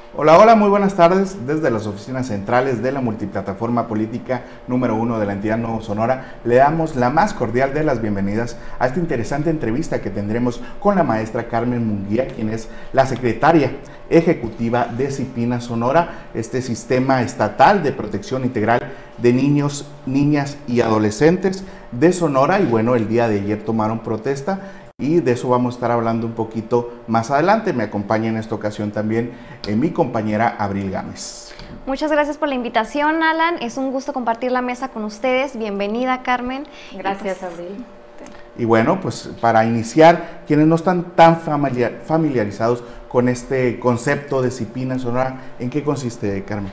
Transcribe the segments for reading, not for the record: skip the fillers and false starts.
Hola, hola, muy buenas tardes. Desde las oficinas centrales de la multiplataforma política número 1 de la entidad Nuevo Sonora, le damos la más cordial de las bienvenidas a esta interesante entrevista que tendremos con la maestra Carmen Munguía, quien es la secretaria ejecutiva de CIPINA Sonora, este sistema estatal de protección integral de niños, niñas y adolescentes de Sonora. Y bueno, el día de ayer tomaron protesta y de eso vamos a estar hablando un poquito más adelante. Me acompaña en esta ocasión también mi compañera Abril Gámez. Muchas gracias por la invitación, Alan. Es un gusto compartir la mesa con ustedes. Bienvenida, Carmen. Gracias, Abril. Y bueno, pues para iniciar, quienes no están tan familiarizados con este concepto de CIPINA Sonora, ¿en qué consiste, Carmen?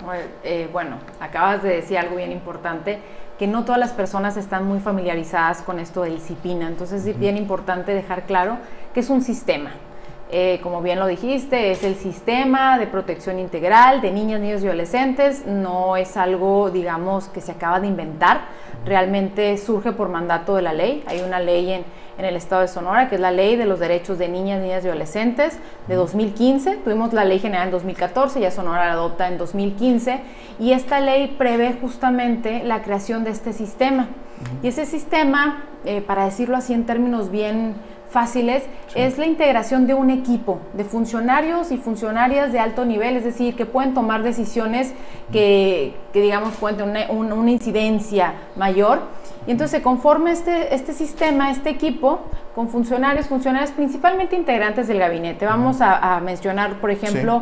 Bueno, acabas de decir algo bien importante, que no todas las personas están muy familiarizadas con esto del CIPINA, entonces es bien importante dejar claro que es un sistema. Como bien lo dijiste, es el sistema de protección integral de niñas, niños y adolescentes. No es algo, digamos, que se acaba de inventar, realmente surge por mandato de la ley. Hay una ley en el estado de Sonora, que es la Ley de los Derechos de Niñas, Niñas y Adolescentes de 2015. Tuvimos la Ley General en 2014, ya Sonora la adopta en 2015, y esta ley prevé justamente la creación de este sistema. Y ese sistema, para decirlo así en términos bien fáciles, es la integración de un equipo de funcionarios y funcionarias de alto nivel, es decir, que pueden tomar decisiones que digamos, pueden tener una incidencia mayor. Y entonces se conforma este sistema, este equipo, con funcionarios principalmente integrantes del gabinete. Vamos a mencionar, por ejemplo,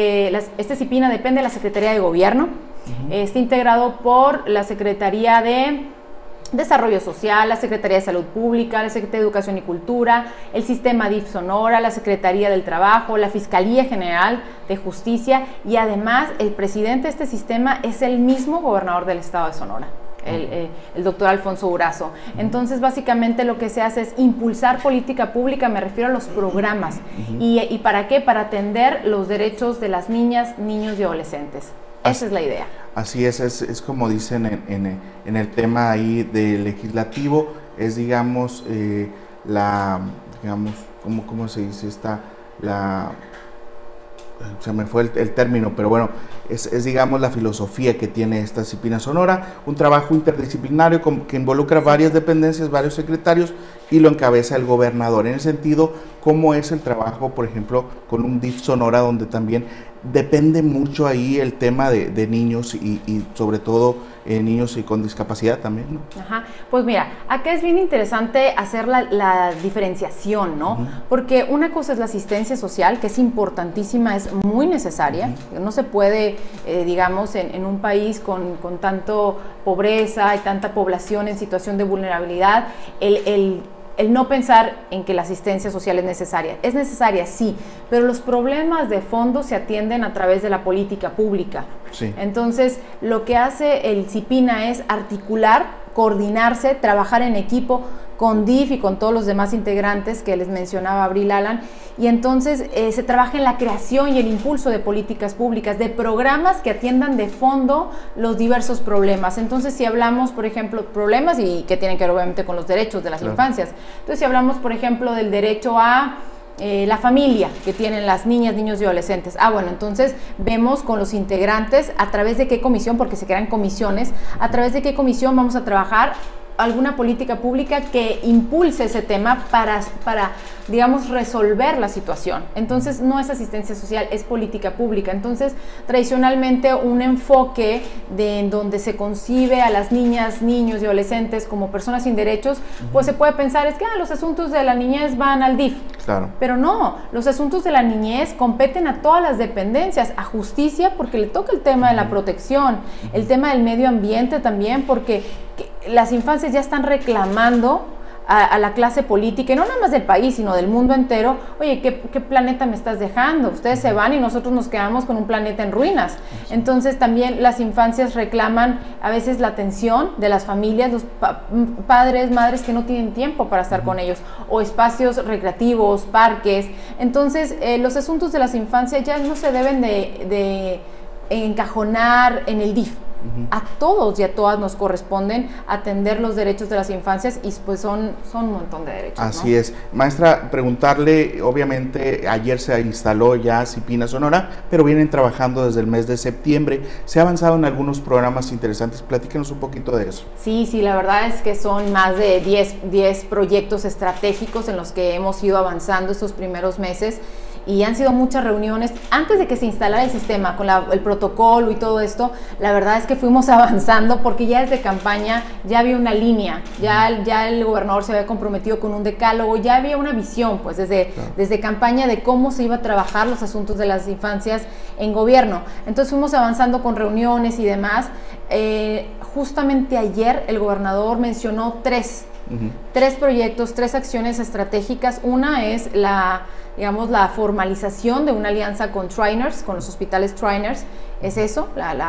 este CIPINA depende de la Secretaría de Gobierno, está integrado por la Secretaría de Desarrollo Social, la Secretaría de Salud Pública, la Secretaría de Educación y Cultura, el sistema DIF Sonora, la Secretaría del Trabajo, la Fiscalía General de Justicia, y además el presidente de este sistema es el mismo gobernador del estado de Sonora, el doctor Alfonso Durazo. Entonces, básicamente lo que se hace es impulsar política pública, me refiero a los programas. ¿Y para qué? Para atender los derechos de las niñas, niños y adolescentes. Esa es la idea. Así es como dicen en el tema ahí del legislativo, es digamos, ¿cómo se dice se me fue el término, pero bueno, es digamos la filosofía que tiene esta CIPINA Sonora, un trabajo interdisciplinario que involucra varias dependencias, varios secretarios, y lo encabeza el gobernador. En ese sentido, ¿cómo es el trabajo, por ejemplo, con un DIF Sonora, donde también depende mucho ahí el tema de niños y sobre todo niños y con discapacidad también, ¿no? Ajá, pues mira, acá es bien interesante hacer la diferenciación, ¿no? Porque una cosa es la asistencia social, que es importantísima, es muy necesaria. No se puede, digamos, en un país con tanto pobreza y tanta población en situación de vulnerabilidad, el no pensar en que la asistencia social es necesaria, sí, pero los problemas de fondo se atienden a través de la política pública. Sí. Entonces, lo que hace el CIPINA es articular, coordinarse, trabajar en equipo con DIF y con todos los demás integrantes que les mencionaba Abril, Alan, y entonces se trabaja en la creación y el impulso de políticas públicas, de programas que atiendan de fondo los diversos problemas. Entonces, si hablamos, por ejemplo, problemas y que tienen que ver obviamente con los derechos de las infancias, entonces si hablamos, por ejemplo, del derecho a la familia que tienen las niñas, niños y adolescentes. Bueno, entonces vemos con los integrantes a través de qué comisión, porque se crean comisiones, a través de qué comisión vamos a trabajar alguna política pública que impulse ese tema para digamos, resolver la situación. Entonces, no es asistencia social, es política pública. Entonces, tradicionalmente, un enfoque en donde se concibe a las niñas, niños y adolescentes como personas sin derechos, pues se puede pensar, es que los asuntos de la niñez van al DIF. Claro. Pero no, los asuntos de la niñez competen a todas las dependencias, a justicia, porque le toca el tema de la protección, el tema del medio ambiente también, porque las infancias ya están reclamando a la clase política, y no nada más del país, sino del mundo entero. Oye, ¿qué planeta me estás dejando? Ustedes se van y nosotros nos quedamos con un planeta en ruinas. Entonces también las infancias reclaman a veces la atención de las familias, los padres, madres que no tienen tiempo para estar con ellos, o espacios recreativos, parques. Entonces los asuntos de las infancias ya no se deben de encajonar en el DIF. a todos y a todas nos corresponden atender los derechos de las infancias y pues son un montón de derechos. Así es. Maestra, preguntarle, obviamente ayer se instaló ya CIPINA Sonora, pero vienen trabajando desde el mes de septiembre. Se ha avanzado en algunos programas interesantes. Platíquenos un poquito de eso. Sí, la verdad es que son más de 10 proyectos estratégicos en los que hemos ido avanzando estos primeros meses. Y han sido muchas reuniones. Antes de que se instalara el sistema, con el protocolo y todo esto, la verdad es que fuimos avanzando porque ya desde campaña ya había una línea, ya el gobernador se había comprometido con un decálogo, ya había una visión, pues desde campaña de cómo se iba a trabajar los asuntos de las infancias en gobierno. Entonces fuimos avanzando con reuniones y demás. Justamente ayer el gobernador mencionó tres proyectos, 3 acciones estratégicas. Una es la formalización de una alianza con Shriners, con los hospitales Shriners, es eso,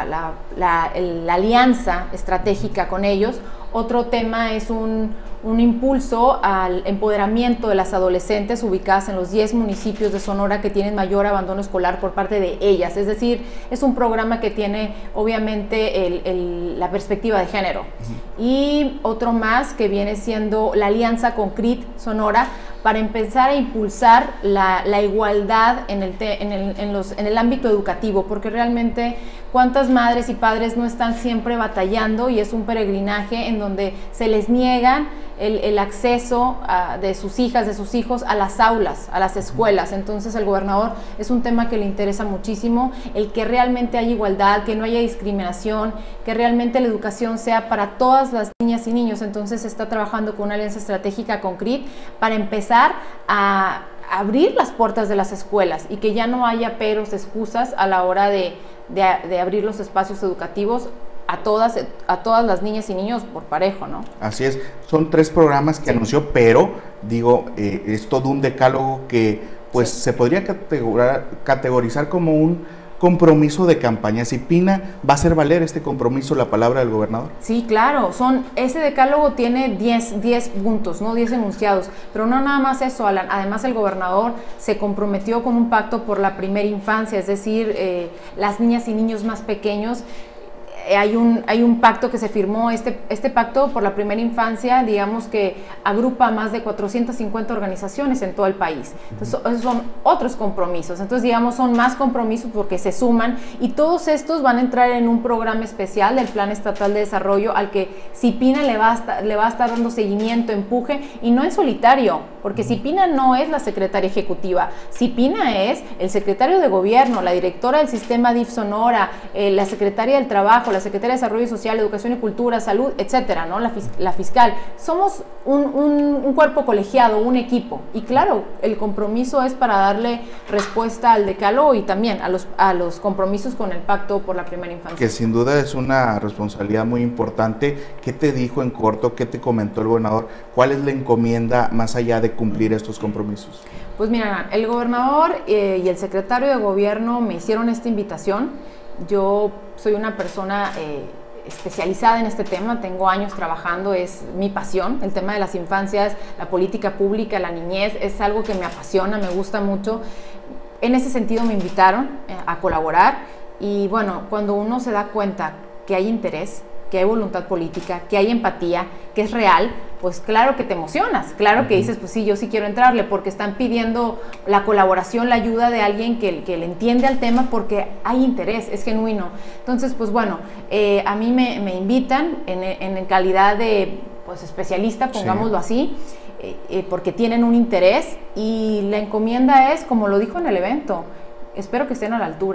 la alianza estratégica con ellos. Otro tema es un impulso al empoderamiento de las adolescentes ubicadas en los 10 municipios de Sonora que tienen mayor abandono escolar por parte de ellas, es decir, es un programa que tiene obviamente la perspectiva de género. Y otro más que viene siendo la alianza con CRIT Sonora para empezar a impulsar la igualdad en el ámbito educativo, porque realmente cuántas madres y padres no están siempre batallando y es un peregrinaje en donde se les niegan el acceso de sus hijas, de sus hijos a las aulas, a las escuelas. Entonces el gobernador es un tema que le interesa muchísimo, el que realmente haya igualdad, que no haya discriminación, que realmente la educación sea para todas las niñas y niños. Entonces está trabajando con una alianza estratégica con CRIT para empezar a abrir las puertas de las escuelas y que ya no haya peros, excusas a la hora de abrir los espacios educativos a todas las niñas y niños por parejo, ¿no? Así es, son 3 programas que anunció, pero digo, es todo un decálogo que pues se podría categorizar como un compromiso de campaña. CIPINA va a hacer valer este compromiso la palabra del gobernador. Sí, claro, ese decálogo tiene 10 puntos, ¿no? 10 enunciados, pero no nada más eso, Alan. Además el gobernador se comprometió con un pacto por la primera infancia, es decir, las niñas y niños más pequeños. Hay un pacto que se firmó, este pacto por la primera infancia, digamos que agrupa más de 450 organizaciones en todo el país. Entonces, esos son otros compromisos. Entonces, digamos, son más compromisos porque se suman y todos estos van a entrar en un programa especial del Plan Estatal de Desarrollo al que CIPINA le va a estar dando seguimiento, empuje, y no en solitario, porque CIPINA no es la secretaria ejecutiva. CIPINA es el secretario de gobierno, la directora del sistema DIF Sonora, la secretaria del Trabajo, la Secretaría de Desarrollo Social, Educación y Cultura, Salud, etcétera, ¿no? La fiscal. Somos un cuerpo colegiado, un equipo. Y claro, el compromiso es para darle respuesta al decálogo y también a los compromisos con el Pacto por la Primera Infancia. Que sin duda es una responsabilidad muy importante. ¿Qué te dijo en corto? ¿Qué te comentó el gobernador? ¿Cuál es la encomienda más allá de cumplir estos compromisos? Pues mira, el gobernador y el secretario de Gobierno me hicieron esta invitación. Yo soy una persona especializada en este tema, tengo años trabajando, es mi pasión, el tema de las infancias, la política pública, la niñez, es algo que me apasiona, me gusta mucho. En ese sentido me invitaron a colaborar y bueno, cuando uno se da cuenta que hay interés, que hay voluntad política, que hay empatía, que es real, pues claro que te emocionas, claro que dices, pues sí, yo sí quiero entrarle, porque están pidiendo la colaboración, la ayuda de alguien que le entiende al tema, porque hay interés, es genuino. Entonces, pues bueno, a mí me invitan en calidad de pues, especialista, pongámoslo así, porque tienen un interés y la encomienda es, como lo dijo en el evento, espero que estén a la altura.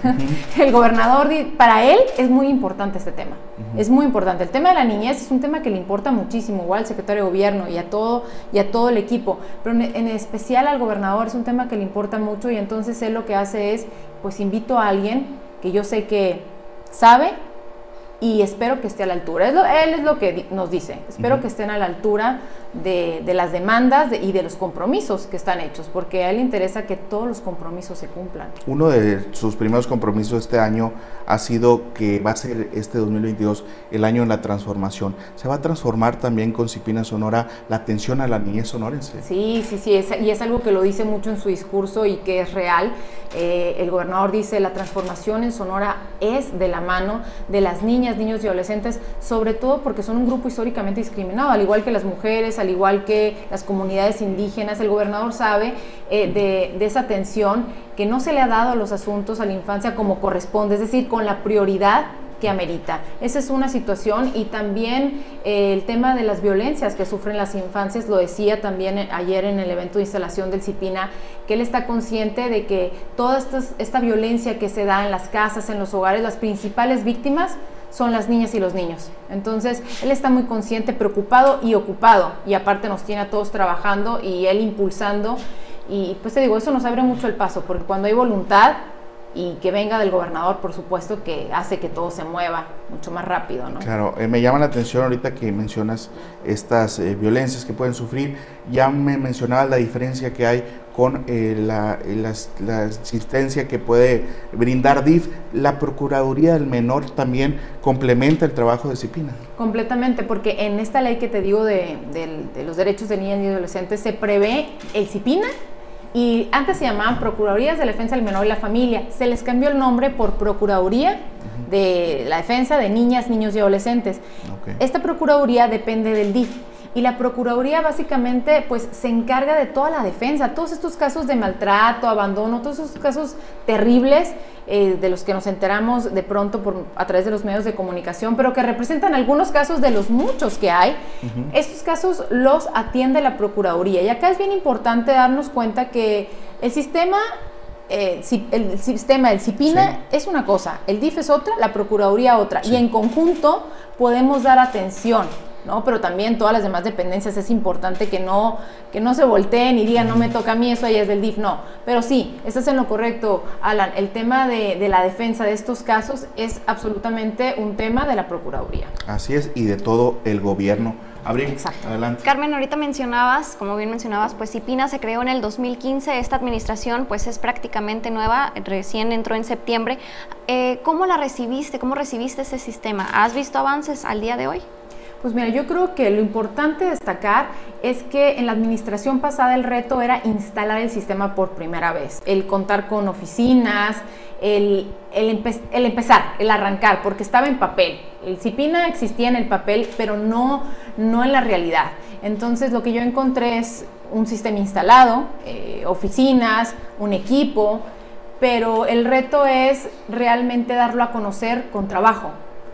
El gobernador, para él es muy importante este tema, es muy importante. El tema de la niñez es un tema que le importa muchísimo, igual al secretario de gobierno y a todo el equipo, pero en especial al gobernador es un tema que le importa mucho y entonces él lo que hace es, pues invito a alguien que yo sé que sabe y espero que esté a la altura. Él es lo que nos dice, espero que estén a la altura de las demandas y de los compromisos que están hechos, porque a él le interesa que todos los compromisos se cumplan. Uno de sus primeros compromisos este año ha sido que va a ser este 2022 el año de la transformación. ¿Se va a transformar también con CIPINA Sonora la atención a la niñez sonorense? Sí, y es algo que lo dice mucho en su discurso y que es real. El gobernador dice, la transformación en Sonora es de la mano de las niñas, niños y adolescentes, sobre todo porque son un grupo históricamente discriminado, al igual que las mujeres, al igual que las comunidades indígenas. El gobernador sabe de esa atención que no se le ha dado a los asuntos a la infancia como corresponde, es decir, con la prioridad que amerita. Esa es una situación, y también el tema de las violencias que sufren las infancias, lo decía también ayer en el evento de instalación del CIPINA, que él está consciente de que toda esta violencia que se da en las casas, en los hogares, las principales víctimas son las niñas y los niños. Entonces, él está muy consciente, preocupado y ocupado, y aparte nos tiene a todos trabajando y él impulsando, y pues te digo, eso nos abre mucho el paso, porque cuando hay voluntad y que venga del gobernador, por supuesto que hace que todo se mueva mucho más rápido, ¿no? Claro, me llama la atención ahorita que mencionas estas violencias que pueden sufrir. Ya me mencionabas la diferencia que hay con la asistencia que puede brindar DIF. ¿La Procuraduría del Menor también complementa el trabajo de CIPINA? Completamente, porque en esta ley que te digo de los derechos de niñas y adolescentes se prevé el CIPINA, y antes se llamaban Procuradurías de la Defensa del Menor y la Familia, se les cambió el nombre por Procuraduría de la Defensa de Niñas, Niños y Adolescentes. Okay. Esta Procuraduría depende del DIF, y la Procuraduría básicamente pues se encarga de toda la defensa, todos estos casos de maltrato, abandono, todos esos casos terribles de los que nos enteramos de pronto a través de los medios de comunicación, pero que representan algunos casos de los muchos que hay. Estos casos los atiende la Procuraduría, y acá es bien importante darnos cuenta que el sistema del CIPINA es una cosa, el DIF es otra, la Procuraduría otra, y en conjunto podemos dar atención, ¿no? Pero también todas las demás dependencias es importante que no se volteen y digan, no me toca a mí, eso ya es del DIF, no. Pero sí, estás en lo correcto, Alan, el tema de la defensa de estos casos es absolutamente un tema de la Procuraduría. Así es, y de todo el gobierno. Abril, adelante. Carmen, ahorita mencionabas, como bien mencionabas, pues CIPINA se creó en el 2015, esta administración pues es prácticamente nueva, recién entró en septiembre. ¿Cómo la recibiste? ¿Cómo recibiste ese sistema? ¿Has visto avances al día de hoy? Pues mira, yo creo que lo importante destacar es que en la administración pasada el reto era instalar el sistema por primera vez, el contar con oficinas, el empezar, el arrancar, porque estaba en papel. El CIPINA existía en el papel, pero no en la realidad. Entonces lo que yo encontré es un sistema instalado, oficinas, un equipo, pero el reto es realmente darlo a conocer con trabajo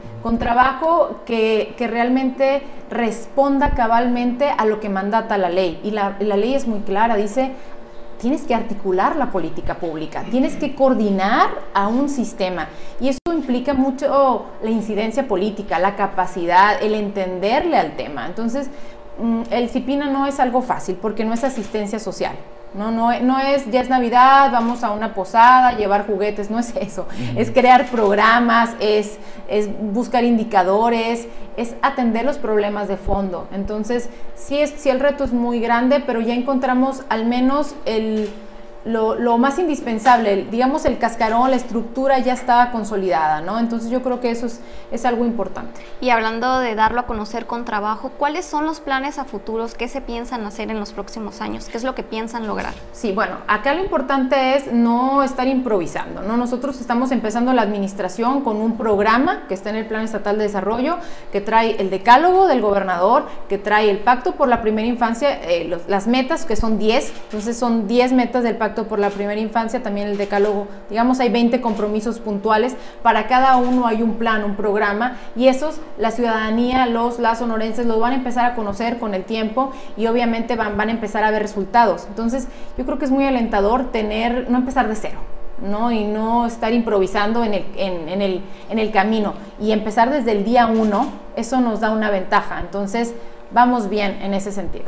que realmente responda cabalmente a lo que mandata la ley. Y la ley es muy clara, dice, tienes que articular la política pública, tienes que coordinar a un sistema, y eso implica mucho la incidencia política, la capacidad, el entenderle al tema. Entonces, el CIPINA no es algo fácil, porque no es asistencia social. No es, ya es Navidad, vamos a una posada, llevar juguetes, no es eso. Es crear programas, es buscar indicadores, es atender los problemas de fondo. Entonces, sí el reto es muy grande, pero ya encontramos al menos lo más indispensable, digamos el cascarón, la estructura ya estaba consolidada, ¿no? Entonces yo creo que eso es algo importante. Y hablando de darlo a conocer con trabajo, ¿cuáles son los planes a futuros? ¿Qué se piensan hacer en los próximos años? ¿Qué es lo que piensan lograr? Sí, bueno, acá lo importante es no estar improvisando, ¿no? Nosotros estamos empezando la administración con un programa que está en el Plan Estatal de Desarrollo, que trae el decálogo del gobernador, que trae el Pacto por la Primera Infancia, las metas, que son 10, entonces son 10 metas del Pacto por la Primera Infancia, también el decálogo, digamos, hay 20 compromisos puntuales, para cada uno hay un plan, un programa, y esos la ciudadanía, las sonorenses los van a empezar a conocer con el tiempo, y obviamente van a empezar a ver resultados. Entonces yo creo que es muy alentador no empezar de cero, ¿no? Y no estar improvisando en el camino, y empezar desde el día 1, eso nos da una ventaja. Entonces vamos bien en ese sentido.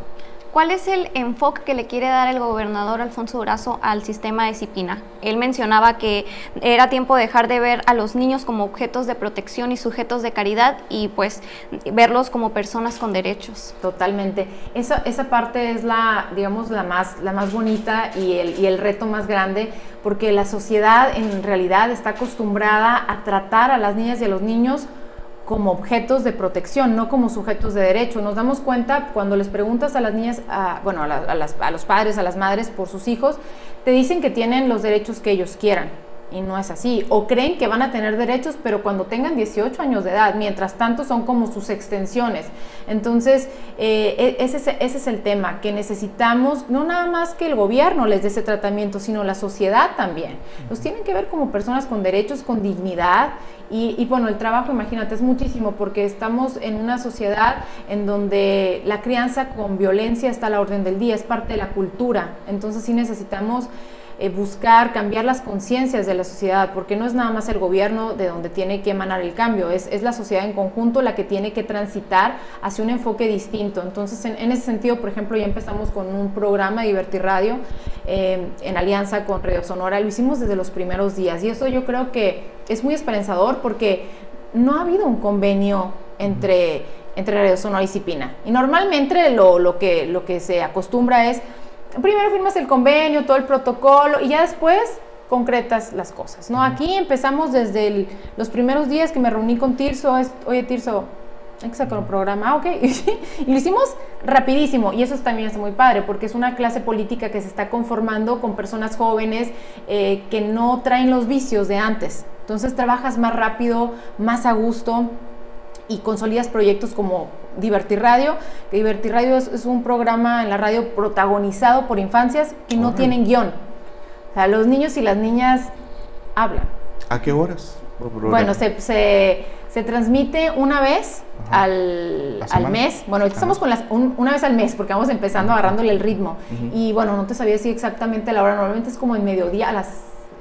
¿Cuál es el enfoque que le quiere dar el gobernador Alfonso Durazo al sistema de CIPINA? Él mencionaba que era tiempo de dejar de ver a los niños como objetos de protección y sujetos de caridad y pues verlos como personas con derechos. Totalmente. Esa parte es digamos, la más bonita y el reto más grande, porque la sociedad en realidad está acostumbrada a tratar a las niñas y a los niños como objetos de protección, no como sujetos de derecho. Nos damos cuenta cuando les preguntas a las niñas, a los padres, a las madres por sus hijos, te dicen que tienen los derechos que ellos quieran. Y no es así, o creen que van a tener derechos, pero cuando tengan 18 años de edad, mientras tanto son como sus extensiones. Entonces, ese es el tema, que necesitamos no nada más que el gobierno les dé ese tratamiento, sino la sociedad también. Los tienen que ver como personas con derechos, con dignidad, y bueno, el trabajo, imagínate, es muchísimo, porque estamos en una sociedad en donde la crianza con violencia está a la orden del día, es parte de la cultura. Entonces sí necesitamos buscar cambiar las conciencias de la sociedad, porque no es nada más el gobierno de donde tiene que emanar el cambio, es la sociedad en conjunto la que tiene que transitar hacia un enfoque distinto. Entonces, en ese sentido, por ejemplo, ya empezamos con un programa de Divertirradio en alianza con Radio Sonora, lo hicimos desde los primeros días, y eso yo creo que es muy esperanzador, porque no ha habido un convenio entre Radio Sonora y CIPINA, y normalmente lo que se acostumbra es primero firmas el convenio, todo el protocolo, y ya después concretas las cosas, ¿no? Aquí empezamos desde los primeros días que me reuní con Tirso. Oye, Tirso, hay que sacar un programa, ok, y lo hicimos rapidísimo, y eso también es muy padre, porque es una clase política que se está conformando con personas jóvenes que no traen los vicios de antes. Entonces trabajas más rápido, más a gusto, y consolidas proyectos como Divertirradio, que Divertirradio es un programa en la radio protagonizado por infancias que no tienen guión. O sea, los niños y las niñas hablan. ¿A qué horas? Bueno, se transmite una vez al mes. Bueno, ahorita estamos con una vez al mes, porque vamos empezando agarrándole el ritmo. Y bueno, no te sabía decir exactamente la hora, normalmente es como en mediodía, a las...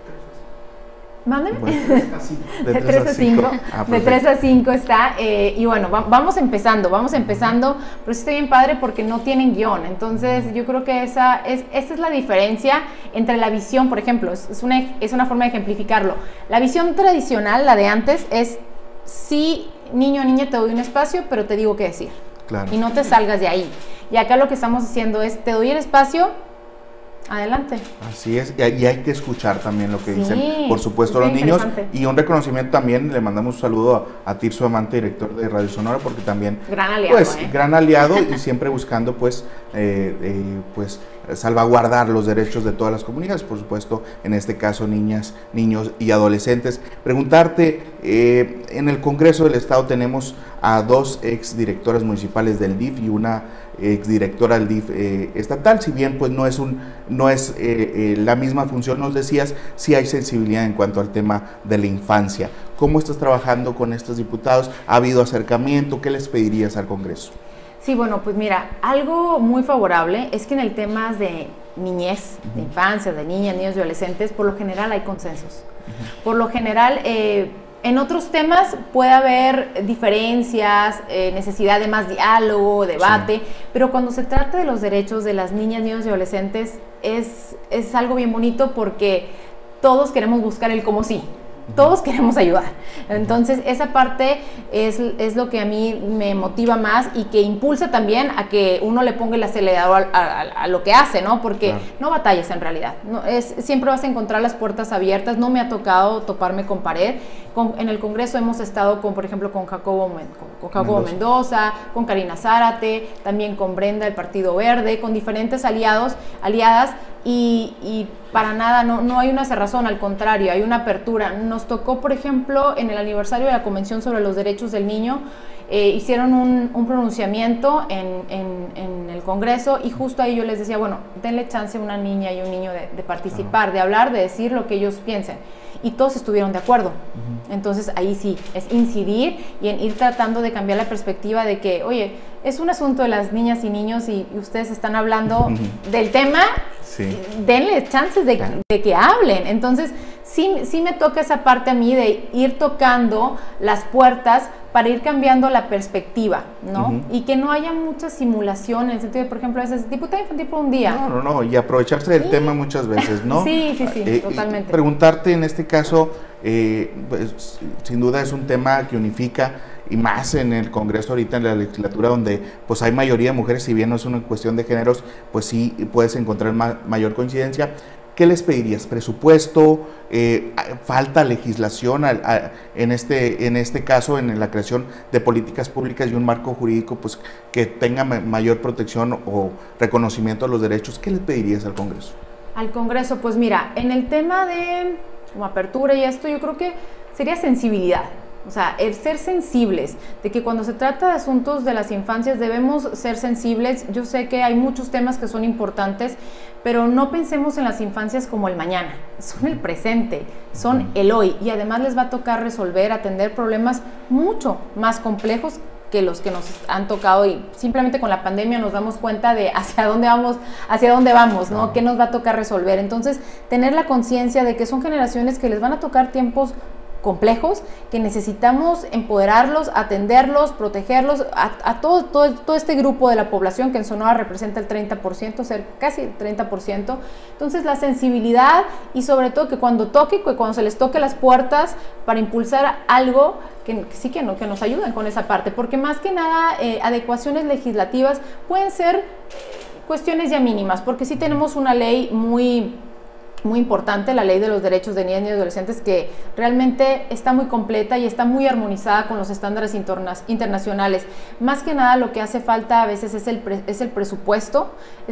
Mándeme. Bueno, de 3 a 5. De 3 a 5 está. Y bueno, vamos empezando, pero sí está bien padre porque no tienen guión. Entonces, yo creo que esta es la diferencia entre la visión, por ejemplo, es una forma de ejemplificarlo. La visión tradicional, la de antes, es sí, niño o niña, te doy un espacio, pero te digo qué decir. Claro. Y no te salgas de ahí. Y acá lo que estamos haciendo es, te doy el espacio, adelante. Así es, y hay que escuchar también lo que dicen, por supuesto, los niños. Y un reconocimiento también, le mandamos un saludo a Tirso Amante, director de Radio Sonora, porque también, gran aliado, gran aliado y siempre buscando, pues salvaguardar los derechos de todas las comunidades, por supuesto, en este caso niñas, niños y adolescentes. Preguntarte, en el Congreso del Estado tenemos a 2 exdirectoras municipales del DIF y una exdirectora del DIF estatal. Si bien pues no es la misma función, nos decías, sí hay sensibilidad en cuanto al tema de la infancia. ¿Cómo estás trabajando con estos diputados? ¿Ha habido acercamiento? ¿Qué les pedirías al Congreso? Sí, bueno, pues mira, algo muy favorable es que en el tema de niñez, de infancia, de niñas, niños y adolescentes, por lo general hay consensos. Por lo general, en otros temas puede haber diferencias, necesidad de más diálogo, debate, pero cuando se trata de los derechos de las niñas, niños y adolescentes, es algo bien bonito, porque todos queremos buscar el cómo sí. Todos queremos ayudar. Entonces, esa parte es lo que a mí me motiva más y que impulsa también a que uno le ponga el acelerador a lo que hace, ¿no? Porque no batallas en realidad. Siempre vas a encontrar las puertas abiertas. No me ha tocado toparme con pared. En el Congreso hemos estado por ejemplo, con Jacobo Mendoza, con Karina Zárate, también con Brenda del Partido Verde, con diferentes aliadas, y para nada, no hay una cerrazón, al contrario, hay una apertura. Nos tocó, por ejemplo, en el aniversario de la Convención sobre los Derechos del Niño, hicieron un pronunciamiento en el Congreso, y justo ahí yo les decía, bueno, denle chance a una niña y un niño de participar, de hablar, de decir lo que ellos piensen. Y todos estuvieron de acuerdo. Entonces ahí sí, es incidir y en ir tratando de cambiar la perspectiva de que, oye, es un asunto de las niñas y niños y ustedes están hablando del tema, denles chances de que hablen. Entonces sí me toca esa parte a mí de ir tocando las puertas para ir cambiando la perspectiva, ¿no? Y que no haya mucha simulación en el sentido de, por ejemplo, a veces, diputada infantil por un día. No, y aprovecharse del tema muchas veces, ¿no? Sí, totalmente. Preguntarte en este caso, pues, sin duda es un tema que unifica, y más en el Congreso ahorita, en la legislatura, donde pues hay mayoría de mujeres, si bien no es una cuestión de géneros, pues sí puedes encontrar mayor coincidencia. ¿Qué les pedirías? ¿Presupuesto? ¿Falta legislación en este caso, en la creación de políticas públicas y un marco jurídico pues, que tenga mayor protección o reconocimiento a los derechos? ¿Qué les pedirías al Congreso? Al Congreso, pues mira, en el tema de como apertura y esto, yo creo que sería sensibilidad. O sea, el ser sensibles, de que cuando se trata de asuntos de las infancias debemos ser sensibles. Yo sé que hay muchos temas que son importantes, pero no pensemos en las infancias como el mañana, son el presente, son el hoy, y además les va a tocar resolver, atender problemas mucho más complejos que los que nos han tocado, y simplemente con la pandemia nos damos cuenta de hacia dónde vamos, ¿no? ¿Qué nos va a tocar resolver? Entonces, tener la conciencia de que son generaciones que les van a tocar tiempos complejos, que necesitamos empoderarlos, atenderlos, protegerlos, a todo este grupo de la población que en Sonora representa el 30%, casi el 30%. Entonces la sensibilidad, y sobre todo que cuando se les toque las puertas para impulsar algo, que nos ayuden con esa parte, porque más que nada adecuaciones legislativas pueden ser cuestiones ya mínimas, porque sí tenemos una ley muy importante, la Ley de los Derechos de Niñas y Adolescentes, que realmente está muy completa y está muy armonizada con los estándares internacionales. Más que nada lo que hace falta a veces es el presupuesto,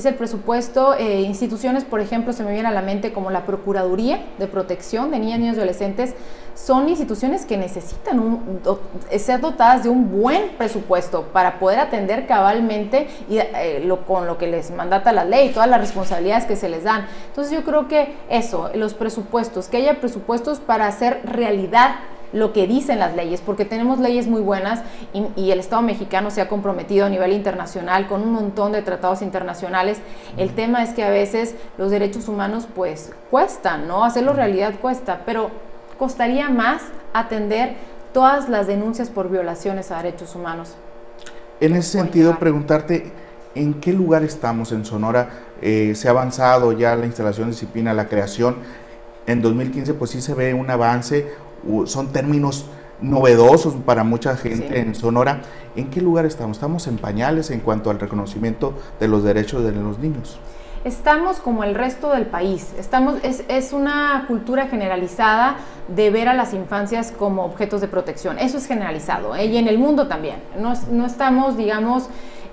instituciones, por ejemplo, se me viene a la mente como la Procuraduría de Protección de Niñas, Niños y Adolescentes. Son instituciones que necesitan ser dotadas de un buen presupuesto para poder atender cabalmente y con lo que les mandata la ley, todas las responsabilidades que se les dan. Entonces yo creo que eso, los presupuestos, que haya presupuestos para hacer realidad lo que dicen las leyes, porque tenemos leyes muy buenas y el Estado mexicano se ha comprometido a nivel internacional con un montón de tratados internacionales. El tema es que a veces los derechos humanos pues cuestan, ¿no? Hacerlo realidad cuesta, pero costaría más atender todas las denuncias por violaciones a derechos humanos. En ese sentido, preguntarte, ¿en qué lugar estamos en Sonora? ¿Se ha avanzado ya la instalación de disciplina, la creación? En 2015 pues sí se ve un avance, son términos novedosos para mucha gente en Sonora. ¿En qué lugar estamos? ¿Estamos en pañales en cuanto al reconocimiento de los derechos de los niños? Estamos como el resto del país, es una cultura generalizada de ver a las infancias como objetos de protección, eso es generalizado, y en el mundo también, no estamos, digamos,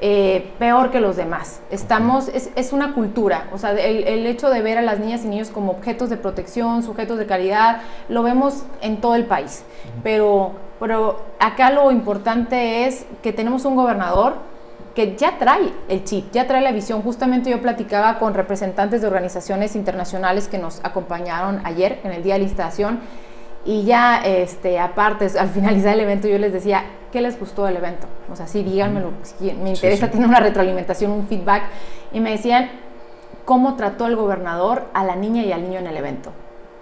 peor que los demás, es una cultura, o sea, el hecho de ver a las niñas y niños como objetos de protección, sujetos de caridad, lo vemos en todo el país, pero acá lo importante es que tenemos un gobernador que ya trae el chip, ya trae la visión. Justamente yo platicaba con representantes de organizaciones internacionales que nos acompañaron ayer en el día de la instalación, y ya aparte, al finalizar el evento yo les decía, ¿qué les gustó del evento? O sea, sí, díganmelo, me interesa tener una retroalimentación, un feedback, y me decían cómo trató el gobernador a la niña y al niño en el evento.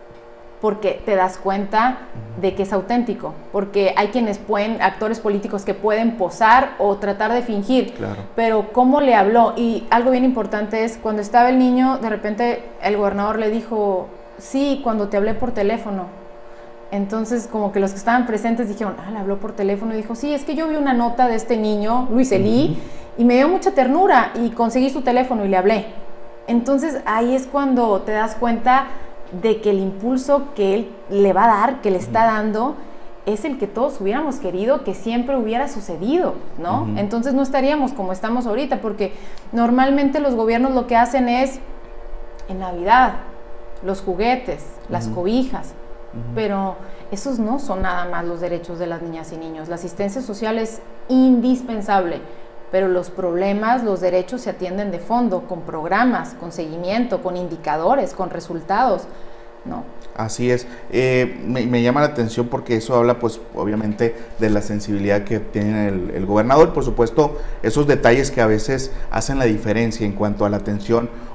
Porque te das cuenta de que es auténtico, porque hay actores políticos que pueden posar o tratar de fingir, pero cómo le habló. Y algo bien importante es, cuando estaba el niño, de repente el gobernador le dijo, sí, cuando te hablé por teléfono. Entonces como que los que estaban presentes dijeron, le habló por teléfono, y dijo, sí, es que yo vi una nota de este niño, Luis Elí, y me dio mucha ternura, y conseguí su teléfono y le hablé. Entonces ahí es cuando te das cuenta de que el impulso que él le va a dar, que le está dando, es el que todos hubiéramos querido que siempre hubiera sucedido, ¿no? Entonces no estaríamos como estamos ahorita, porque normalmente los gobiernos lo que hacen es, en Navidad, los juguetes, las cobijas, pero esos no son nada más los derechos de las niñas y niños. La asistencia social es indispensable, pero los problemas, los derechos se atienden de fondo, con programas, con seguimiento, con indicadores, con resultados, ¿no? Así es. Me llama la atención porque eso habla, pues, obviamente, de la sensibilidad que tiene el gobernador. Por supuesto, esos detalles que a veces hacen la diferencia en cuanto a la atención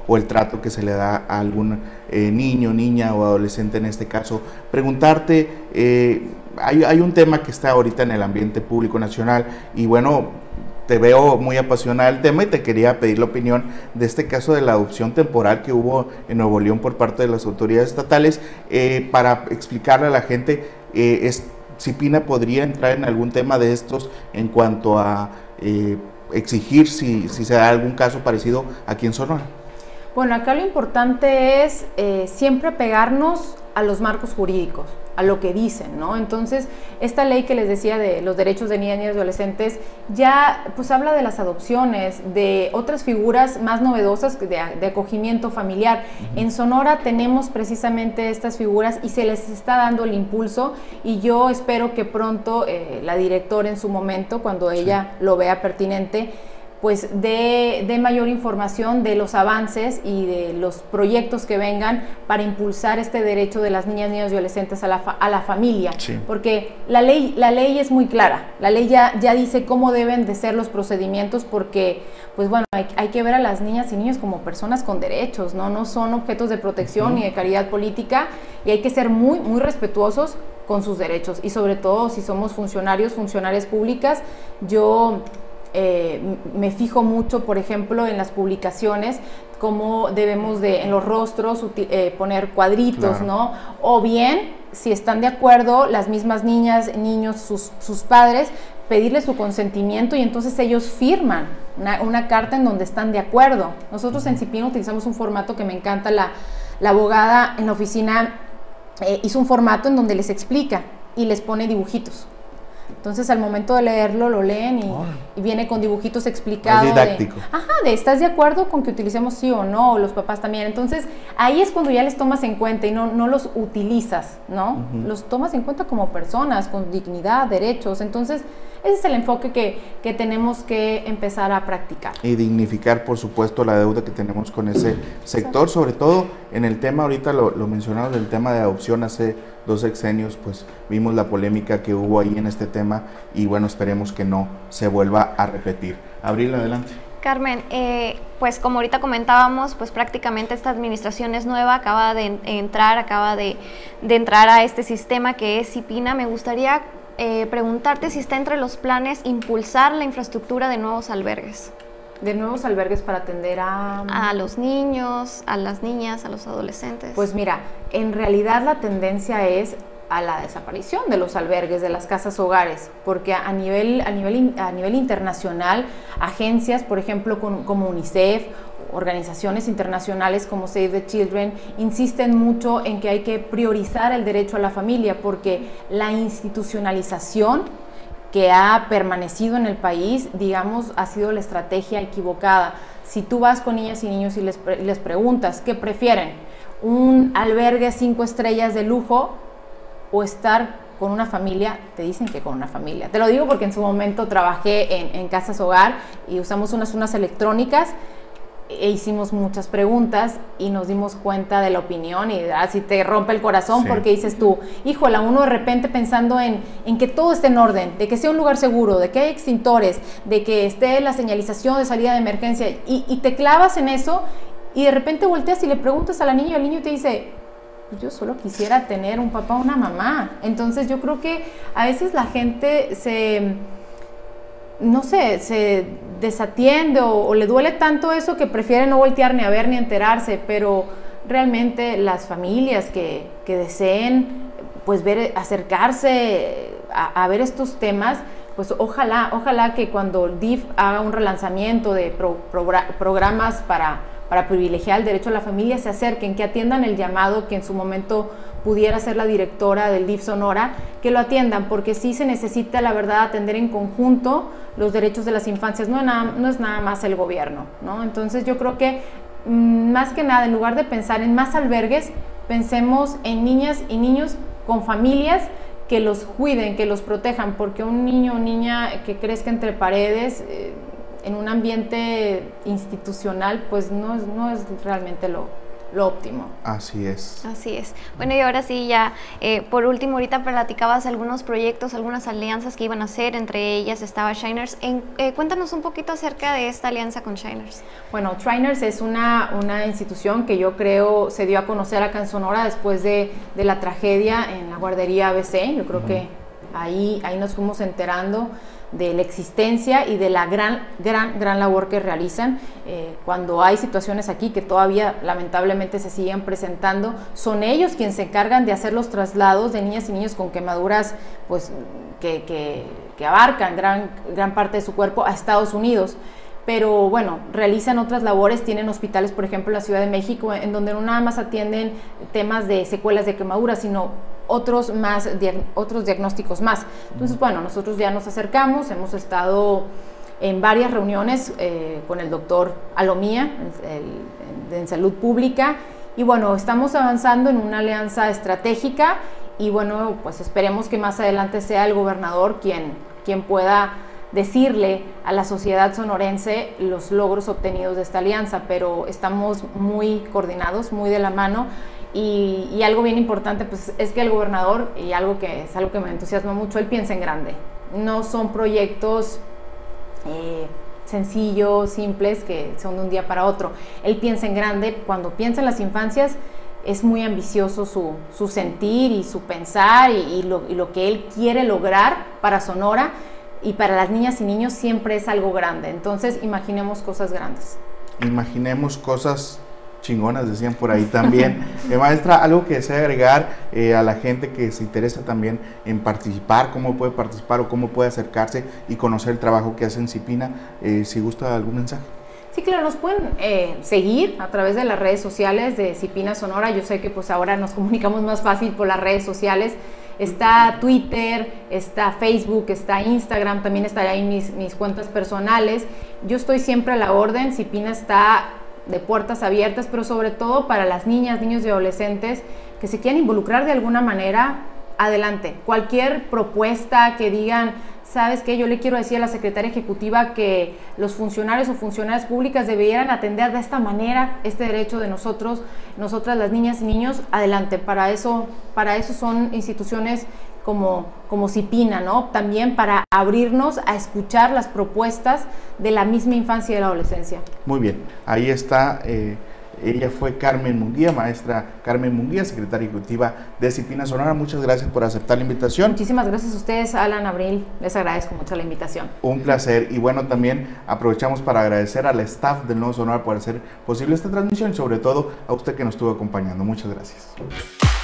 o el trato que se le da a algún niño, niña o adolescente en este caso. Preguntarte, hay un tema que está ahorita en el ambiente público nacional y bueno, te veo muy apasionada del tema y te quería pedir la opinión de este caso de la adopción temporal que hubo en Nuevo León por parte de las autoridades estatales, para explicarle a la gente, ¿CIPINA podría entrar en algún tema de estos en cuanto a exigir si se da algún caso parecido aquí en Sonora? Bueno, acá lo importante es siempre pegarnos a los marcos jurídicos, a lo que dicen, ¿no? Entonces, esta ley que les decía de los derechos de niñas, niños y adolescentes, ya pues habla de las adopciones, de otras figuras más novedosas de acogimiento familiar. En Sonora tenemos precisamente estas figuras y se les está dando el impulso, y yo espero que pronto la directora en su momento, cuando ella lo vea pertinente, pues de mayor información de los avances y de los proyectos que vengan para impulsar este derecho de las niñas, niños y adolescentes a la familia. Sí. Porque la ley es muy clara, la ley ya dice cómo deben de ser los procedimientos, porque pues bueno, hay que ver a las niñas y niños como personas con derechos, no son objetos de protección ni de caridad política, y hay que ser muy, muy respetuosos con sus derechos, y sobre todo si somos funcionarias públicas. Yo me fijo mucho, por ejemplo, en las publicaciones, cómo debemos de, en los rostros, poner cuadritos, claro, ¿no? O bien, si están de acuerdo, las mismas niñas, niños, sus padres, pedirles su consentimiento, y entonces ellos firman una carta en donde están de acuerdo. Nosotros en CIPINA utilizamos un formato que me encanta, la abogada en la oficina hizo un formato en donde les explica y les pone dibujitos. Entonces, al momento de leerlo, lo leen y viene con dibujitos explicados. Didáctico. ¿Estás de acuerdo con que utilicemos sí o no? O los papás también. Entonces, ahí es cuando ya les tomas en cuenta y no los utilizas, ¿no? Los tomas en cuenta como personas, con dignidad, derechos. Entonces, ese es el enfoque que tenemos que empezar a practicar. Y dignificar, por supuesto, la deuda que tenemos con ese sector, sobre todo en el tema, ahorita lo mencionamos, del tema de adopción. Hace 2 sexenios, pues vimos la polémica que hubo ahí en este tema, y bueno, esperemos que no se vuelva a repetir. Abril, adelante. Carmen, pues como ahorita comentábamos, pues prácticamente esta administración es nueva, acaba de entrar a este sistema que es CIPINA. Me gustaría preguntarte si está entre los planes impulsar la infraestructura de nuevos albergues. De nuevos albergues para atender a los niños, a las niñas, a los adolescentes. Pues mira, en realidad la tendencia es a la desaparición de los albergues, de las casas hogares, porque a nivel internacional, agencias, por ejemplo, como UNICEF, organizaciones internacionales como Save the Children, insisten mucho en que hay que priorizar el derecho a la familia, porque la institucionalización que ha permanecido en el país, digamos, ha sido la estrategia equivocada. Si tú vas con niñas y niños y les preguntas qué prefieren, un albergue 5 estrellas de lujo o estar con una familia, te dicen que con una familia. Te lo digo porque en su momento trabajé en casas hogar y usamos unas electrónicas e hicimos muchas preguntas y nos dimos cuenta de la opinión, y así te rompe el corazón, sí, porque dices tú, híjola, uno de repente pensando en que todo esté en orden, de que sea un lugar seguro, de que hay extintores, de que esté la señalización de salida de emergencia, y te clavas en eso, y de repente volteas y le preguntas a la niña, y el niño te dice, yo solo quisiera tener un papá o una mamá. Entonces yo creo que a veces la gente se desatiende o le duele tanto eso que prefiere no voltear ni a ver ni a enterarse, pero realmente las familias que deseen pues acercarse a ver estos temas, pues ojalá que cuando el DIF haga un relanzamiento de programas para privilegiar el derecho a la familia, se acerquen, que atiendan el llamado que en su momento pudiera ser la directora del DIF Sonora, que lo atiendan, porque sí se necesita, la verdad, atender en conjunto los derechos de las infancias, no es nada más el gobierno, ¿no? Entonces yo creo que más que nada, en lugar de pensar en más albergues, pensemos en niñas y niños con familias que los cuiden, que los protejan, porque un niño o niña que crezca entre paredes, en un ambiente institucional, pues no es realmente lo lo óptimo. Así es. Así es. Bueno, y ahora sí, ya por último, ahorita platicabas algunos proyectos, algunas alianzas que iban a hacer, entre ellas estaba Shiners. Cuéntanos un poquito acerca de esta alianza con Shiners. Bueno, Shiners es una institución que yo creo se dio a conocer acá en Sonora después de la tragedia en la guardería ABC. Yo creo que ahí nos fuimos enterando de la existencia y de la gran labor que realizan. Cuando hay situaciones aquí que todavía lamentablemente se siguen presentando, son ellos quienes se encargan de hacer los traslados de niñas y niños con quemaduras pues, que abarcan gran parte de su cuerpo a Estados Unidos. Pero bueno, realizan otras labores, tienen hospitales, por ejemplo, en la Ciudad de México, en donde no nada más atienden temas de secuelas de quemaduras, sino otros diagnósticos más. Entonces, bueno, nosotros ya nos acercamos, hemos estado en varias reuniones con el doctor Alomía en salud pública, y bueno, estamos avanzando en una alianza estratégica, y bueno, pues esperemos que más adelante sea el gobernador quien pueda decirle a la sociedad sonorense los logros obtenidos de esta alianza, pero estamos muy coordinados, muy de la mano, y algo bien importante pues es que el gobernador, y algo que me entusiasma mucho, él piensa en grande. No son proyectos sencillos, simples, que son de un día para otro. Él piensa en grande. Cuando piensa en las infancias es muy ambicioso su sentir y su pensar, y lo que él quiere lograr para Sonora y para las niñas y niños siempre es algo grande. Entonces imaginemos cosas grandes. Imaginemos cosas chingonas, decían por ahí también. Maestra, algo que desea agregar a la gente que se interesa también en participar, cómo puede participar o cómo puede acercarse y conocer el trabajo que hace en CIPINA, si gusta algún mensaje. Sí, claro, nos pueden seguir a través de las redes sociales de CIPINA Sonora. Yo sé que pues ahora nos comunicamos más fácil por las redes sociales. Está Twitter, está Facebook, está Instagram, también están ahí mis cuentas personales. Yo estoy siempre a la orden. CIPINA está de puertas abiertas, pero sobre todo para las niñas, niños y adolescentes que se quieran involucrar de alguna manera, adelante. Cualquier propuesta que digan, ¿sabes qué? Yo le quiero decir a la secretaria ejecutiva que los funcionarios o funcionarias públicas debieran atender de esta manera este derecho de nosotras las niñas y niños, adelante. Para eso son instituciones como CIPINA, ¿no? También para abrirnos a escuchar las propuestas de la misma infancia y de la adolescencia. Muy bien, ahí está. Ella fue Carmen Munguía, maestra Carmen Munguía, secretaria ejecutiva de CIPINA Sonora. Muchas gracias por aceptar la invitación. Muchísimas gracias a ustedes, Alan, Abril. Les agradezco mucho la invitación. Un placer. Y bueno, también aprovechamos para agradecer al staff del Nuevo Sonora por hacer posible esta transmisión y sobre todo a usted que nos estuvo acompañando. Muchas gracias.